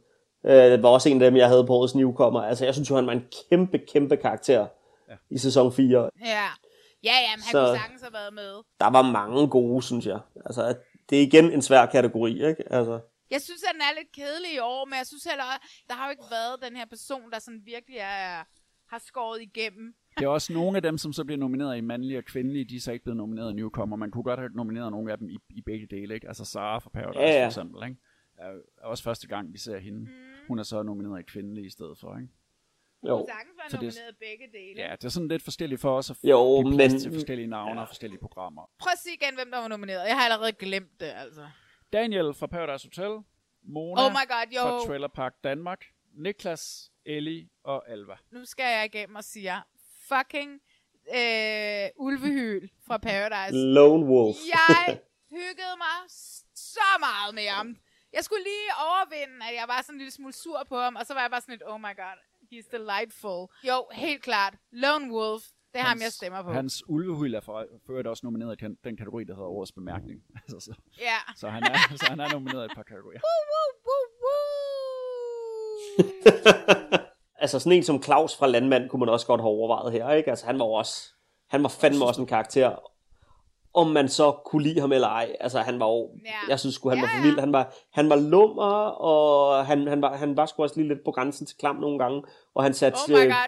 Det var også en af dem, jeg havde på årets newcomer. Altså, jeg synes jo, han var en kæmpe karakter i sæson 4. Ja, men han kunne sagtens have været med. Der var mange gode, synes jeg. Altså, det er igen en svær kategori, ikke? Altså. Jeg synes, at den er lidt kedelig i år, men jeg synes heller, der har jo ikke været den her person, der sådan virkelig har skåret igennem. Det er også nogle af dem, som så bliver nomineret i mandlige og kvindelige, de er så ikke blevet nomineret i newcomer. Man kunne godt have nomineret nogle af dem i begge dele, ikke? Altså Sarah fra Paradise for eksempel, ikke? Er også første gang, vi ser hende. Hun er så nomineret i kvindelige i stedet for, ikke? Jo. Hun sagtens var nomineret begge dele. Ja, det er sådan lidt forskelligt for os at give plads til forskellige navne og forskellige programmer. Prøv at sige igen, hvem der var nomineret. Jeg har allerede glemt det, altså. Daniel fra Paradise Hotel, Mona fra Trailer Park Danmark, Niklas, Ellie og Alva. Nu skal jeg igennem og sige fucking Ulvehyl fra Paradise. Lone Wolf. Jeg hyggede mig så meget med ham. Jeg skulle lige overvinde, at jeg var sådan en lille smule sur på ham, og så var jeg bare sådan lidt, oh my god, he's delightful. Jo, helt klart. Lone Wolf. Det er ham, jeg stemmer på. Hans ulvehyl er for øvrigt også nomineret i den kategori, der hedder Årets Bemærkning. Altså, så han er nomineret i et par kategorier. Altså sådan en som Claus fra Landmand kunne man også godt have overvejet her, ikke? Altså han var fandme også en karakter. Om man så kunne lide ham eller ej. Altså han var jo, jeg synes sgu han var for vild. Han var lummer, og han var sgu også lige lidt på grænsen til klam nogle gange. Og han satte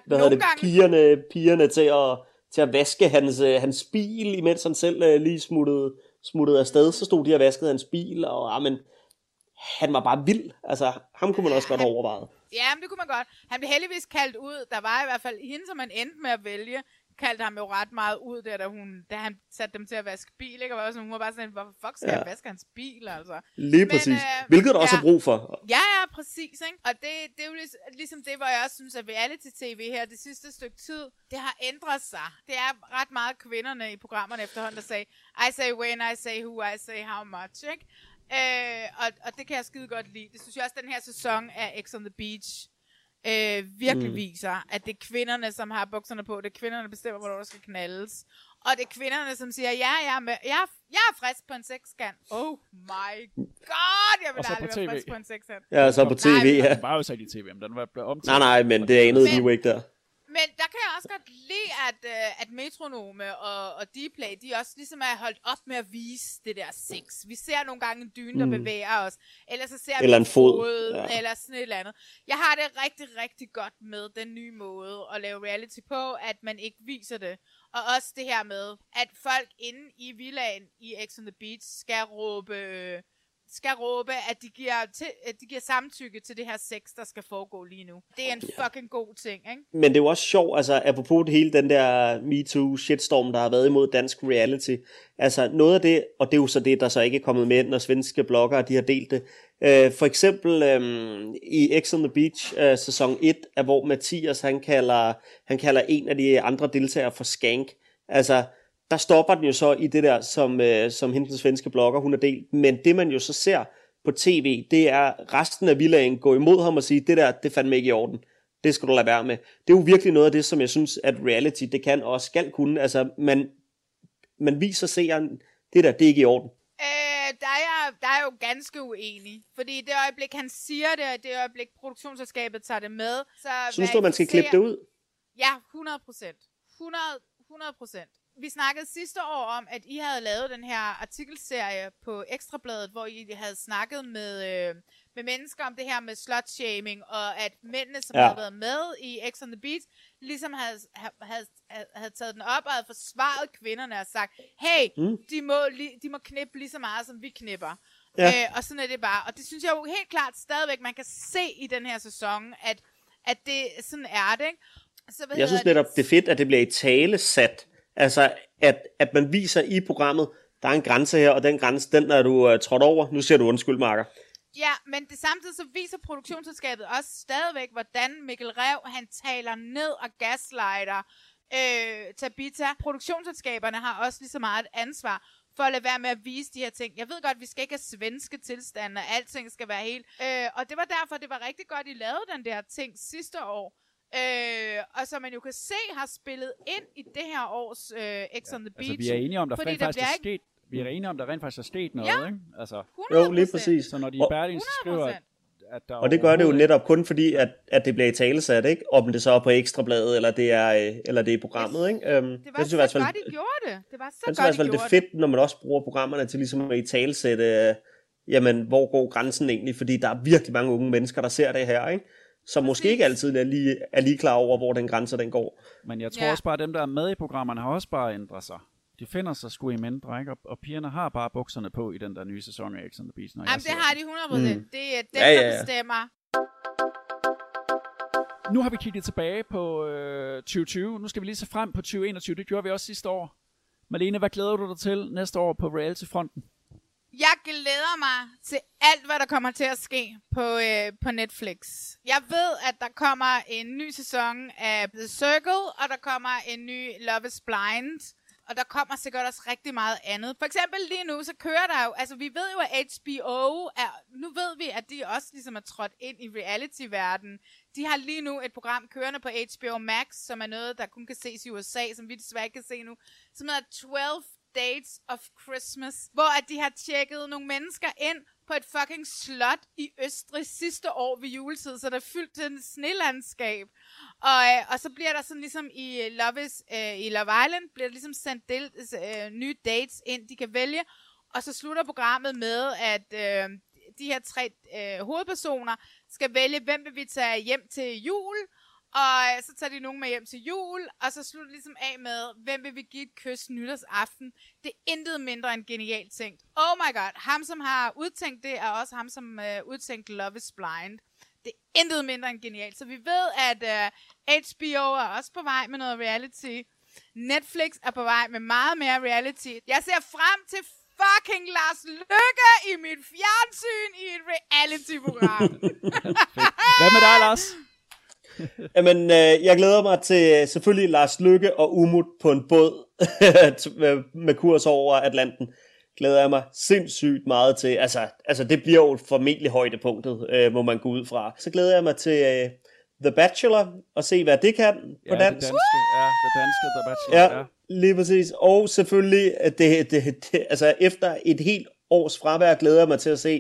pigerne til at vaske hans bil, imens han selv lige smuttede afsted. Så stod de og vaskede hans bil, og men han var bare vild. Altså ham kunne man også godt have overvejet. Ja, men det kunne man godt. Han blev heldigvis kaldt ud. Der var i hvert fald hende, som man endte med at vælge, kaldte ham jo ret meget ud der, da han satte dem til at vaske bil, ikke? Og var også, hun var bare sådan, hvorfor fuck skal jeg vaske hans bil, altså? Lige præcis. Hvilket der også er brug for. Ja, præcis, ikke? Og det er jo ligesom det, hvor jeg også synes, at reality-tv her, det sidste stykke tid, det har ændret sig. Det er ret meget kvinderne i programmerne efterhånden, der sagde, I say when, I say who, I say how much, ikke? Og det kan jeg skide godt lide. Det synes jeg også, den her sæson af X on the Beach virkelig viser, at det er kvinderne, som har bukserne på, det er kvinderne, der bestemmer, hvornår der skal knaldes, og det er kvinderne, som siger, jeg er frisk på en sekskant. Oh my god, jeg vil aldrig være frisk på en sekskant. Ja, så på tv, ja. Den var jo så ikke i tv, men den var blevet omtalt. Nej, men det anede de jo ikke der. Men der kan jeg også godt lide, at Metronome og Dplay, de også ligesom er holdt op med at vise det der sex. Vi ser nogle gange en dyne, der bevæger os, eller så ser vi en fod, eller sådan et eller andet. Jeg har det rigtig, rigtig godt med den nye måde at lave reality på, at man ikke viser det. Og også det her med, at folk inde i villaen i X on the Beach skal råbe, at de giver samtykke til det her sex, der skal foregå lige nu. Det er en fucking god ting, ikke? Men det er jo også sjovt, altså apropos hele den der MeToo shitstorm, der har været imod dansk reality. Altså noget af det, og det er jo så det, der så ikke er kommet med, når svenske bloggere, de har delt det. For eksempel i X on the Beach sæson 1, hvor Mathias, han kalder en af de andre deltagere for skank. Altså der stopper den jo så i det der, som hende den svenske blogger, hun har delt. Men det man jo så ser på tv, det er resten af villagen gå imod ham og sige, det der, det fandme ikke i orden. Det skal du lade være med. Det er jo virkelig noget af det, som jeg synes, at reality, det kan og skal kunne. Altså, man viser seeren, det der, det er ikke i orden. Der er jo ganske uenig. Fordi i det øjeblik, han siger det, og i det øjeblik, produktionsselskabet tager det med, så... Synes du, man skal klippe det ud? Ja, 100%. 100%. Vi snakkede sidste år om, at I havde lavet den her artikelserie på Ekstrabladet, hvor I havde snakket med mennesker om det her med slut-shaming, og at mændene, som havde været med i X on the Beach, ligesom havde taget den op og havde forsvaret kvinderne og sagt, hey, de må knippe lige så meget, som vi knipper. Ja. Og sådan er det bare. Og det synes jeg jo helt klart stadigvæk, man kan se i den her sæson, at det sådan er det, ikke? Så, jeg synes netop, det er fedt, at det bliver i tale sat. Altså, at man viser i programmet, der er en grænse her, og den grænse, den er du trådt over. Nu siger du undskyld, Marker. Ja, men det samtidig så viser produktionsselskabet også stadigvæk, hvordan Mikkel Rev, han taler ned og gaslighter Tabitha. Produktionsselskaberne har også lige så meget et ansvar for at lade være med at vise de her ting. Jeg ved godt, vi skal ikke have svenske tilstande, og alting skal være helt. Og det var derfor, det var rigtig godt, I lavede den der ting sidste år. Og som man jo kan se har spillet ind i det her års X on the Beach. Altså, vi er enige om, der rent faktisk er sket. Vi er enige om, der rent faktisk er sket noget, ikke? Altså, 100%. Jo, lige præcis. Så når de i Berlingske skriver, at der og det gør det jo netop kun fordi, at det bliver italesat, ikke? Om det så er på Ekstrabladet, eller det er i programmet, ikke? Det var så godt, de gjorde det. Det var så godt, de gjorde det. Jeg synes i hvert fald, det er fedt, når man også bruger programmerne til ligesom at italesætte, jamen, hvor går grænsen egentlig? Fordi der er virkelig mange unge mennesker, der ser det her, ikke? Som måske ikke altid er lige klar over, hvor den grænse den går. Men jeg tror også bare, at dem, der er med i programmerne, har også bare ændret sig. De finder sig sgu i mindre, ikke? Og pigerne har bare bukserne på i den der nye sæson af X on the Beach. Jamen, det har de 100%. Det er dem, der bestemmer. Nu har vi kigget tilbage på 2020. Nu skal vi lige se frem på 2021. Det gjorde vi også sidste år. Malene, hvad glæder du dig til næste år på reality-fronten? Jeg glæder mig til alt, hvad der kommer til at ske på Netflix. Jeg ved, at der kommer en ny sæson af The Circle, og der kommer en ny Love is Blind. Og der kommer sikkert også rigtig meget andet. For eksempel lige nu, så kører der jo, altså vi ved jo, at HBO nu ved vi, at de også ligesom er trådt ind i reality-verdenen. De har lige nu et program kørende på HBO Max, som er noget, der kun kan ses i USA, som vi desværre ikke kan se nu, som hedder 12 Dates of Christmas, hvor at de har tjekket nogle mennesker ind på et fucking slot i Østrig sidste år ved juletid, så der er fyldt til en snelandskab. Og så bliver der sådan ligesom i Love Island, bliver der ligesom sendt nye dates ind, de kan vælge, og så slutter programmet med, at de her 3 hovedpersoner skal vælge, hvem vil vi tage hjem til jul, og så tager de nogen med hjem til jul, og så slutter ligesom af med, hvem vil vi give et kys nytårsaften. Det er intet mindre end genialt tænkt. Oh my god, ham som har udtænkt det, er også ham som udtænkt Love is Blind. Det er intet mindre end genialt. Så vi ved, at HBO er også på vej med noget reality. Netflix er på vej med meget mere reality. Jeg ser frem til fucking Lars Løkke i mit fjernsyn i et reality-program. Hvad med dig, Lars? Jamen, jeg glæder mig til selvfølgelig Lars Løkke og Umut på en båd med kurs over Atlanten. Glæder jeg mig sindssygt meget til. Altså det bliver jo formentlig højdepunktet, må man gå ud fra. Så glæder jeg mig til The Bachelor og se, hvad det kan på dansk. Det danske The Bachelor. Ja, lige præcis. Og selvfølgelig, altså efter et helt års fravær, glæder jeg mig til at se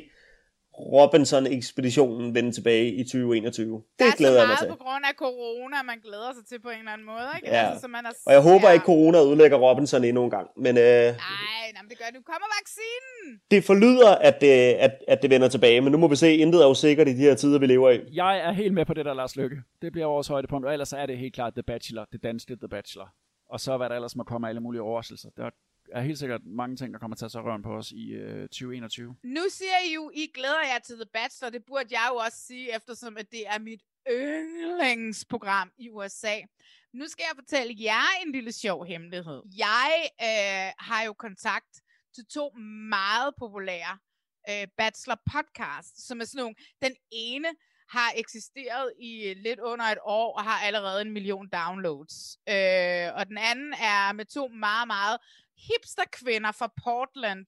Robinson-ekspeditionen vende tilbage i 2021. Det glæder jeg mig til. Der er så meget på grund af corona, man glæder sig til på en eller anden måde, ikke? Ja. Altså, så man og jeg håber ikke, corona ødelægger Robinson endnu en gang. Men, nej, det gør det. Nu kommer vaccinen! Det forlyder, at det vender tilbage, men nu må vi se. Intet er jo sikkert i de her tider, vi lever i. Jeg er helt med på det der, Lars Løkke. Det bliver vores højdepunkt, og ellers er det helt klart The Bachelor, det danske The Bachelor. Og så hvad der ellers må komme af alle mulige overraskelser. Der er helt sikkert mange ting, der kommer til at tage røven på os i 2021. Nu siger I jo, I glæder jer til The Bachelor. Det burde jeg jo også sige, eftersom at det er mit yndlingsprogram i USA. Nu skal jeg fortælle jer en lille sjov hemmelighed. Jeg har jo kontakt til 2 meget populære Bachelor podcasts, som er sådan nogle. Den ene har eksisteret i lidt under et år og har allerede 1 million downloads. Og den anden er med 2 meget, meget hipsterkvinder fra Portland.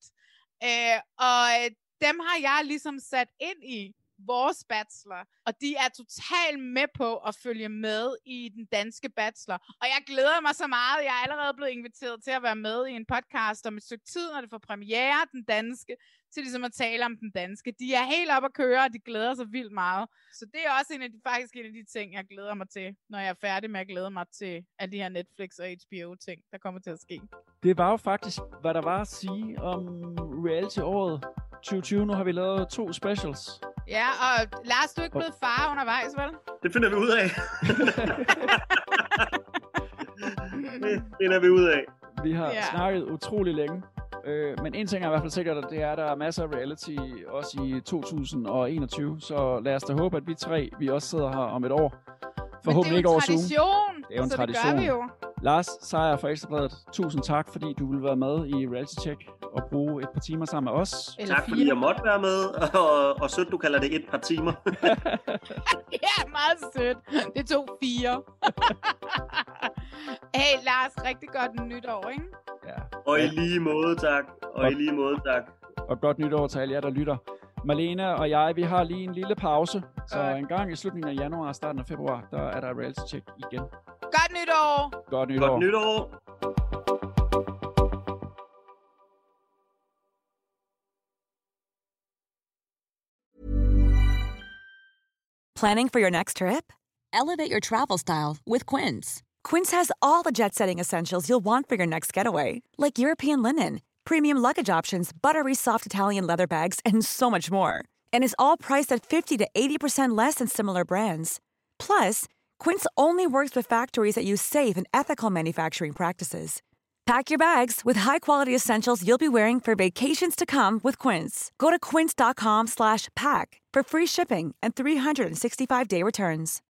Og dem har jeg ligesom sat ind i vores Bachelor, og de er totalt med på at følge med i den danske Bachelor. Og jeg glæder mig så meget. Jeg er allerede blevet inviteret til at være med i en podcast om et stykke tid, når det får premiere, den danske, til ligesom at tale om den danske. De er helt op at køre, og de glæder sig vildt meget. Så det er også faktisk en af de ting, jeg glæder mig til, når jeg er færdig med at glæde mig til alle de her Netflix og HBO-ting, der kommer til at ske. Det var jo faktisk, hvad der var at sige om reality-året 2020. Nu har vi lavet 2 specials. Ja, og Lars, du er ikke blevet far undervejs, vel? Det finder vi ud af. Det finder vi ud af. Vi har snakket utrolig længe. Men en ting er i hvert fald sikkert, at det er, at der er masser af reality også i 2021. Så lad os da håbe, at vi også sidder her om et år. Forhåbentlig ikke over Zoom. Det er jo en tradition, det gør vi jo. Lars Seier fra Ekstrabladet, tusind tak, fordi du ville være med i Reality Check og bruge et par timer sammen med os. Tak fordi jeg måtte være med, og sødt du kalder det et par timer. Ja, meget sødt. Det tog 4. Hey Lars, rigtig godt nytår, ikke? Ja. Og i lige måde, tak. Og godt nytår til alle jer, der lytter. Malene og jeg, vi har lige en lille pause. Så en gang i slutningen af januar og starten af februar, der er der Reality Check igen. Godt nytår! Godt nytår! Godt nytår! Planning for your next trip? Elevate your travel style with Quince. Quince has all the jet-setting essentials you'll want for your next getaway, like European linen, premium luggage options, buttery soft Italian leather bags, and so much more. And is all priced at 50 to 80% less than similar brands. Plus, Quince only works with factories that use safe and ethical manufacturing practices. Pack your bags with high-quality essentials you'll be wearing for vacations to come with Quince. Go to quince.com/pack for free shipping and 365-day returns.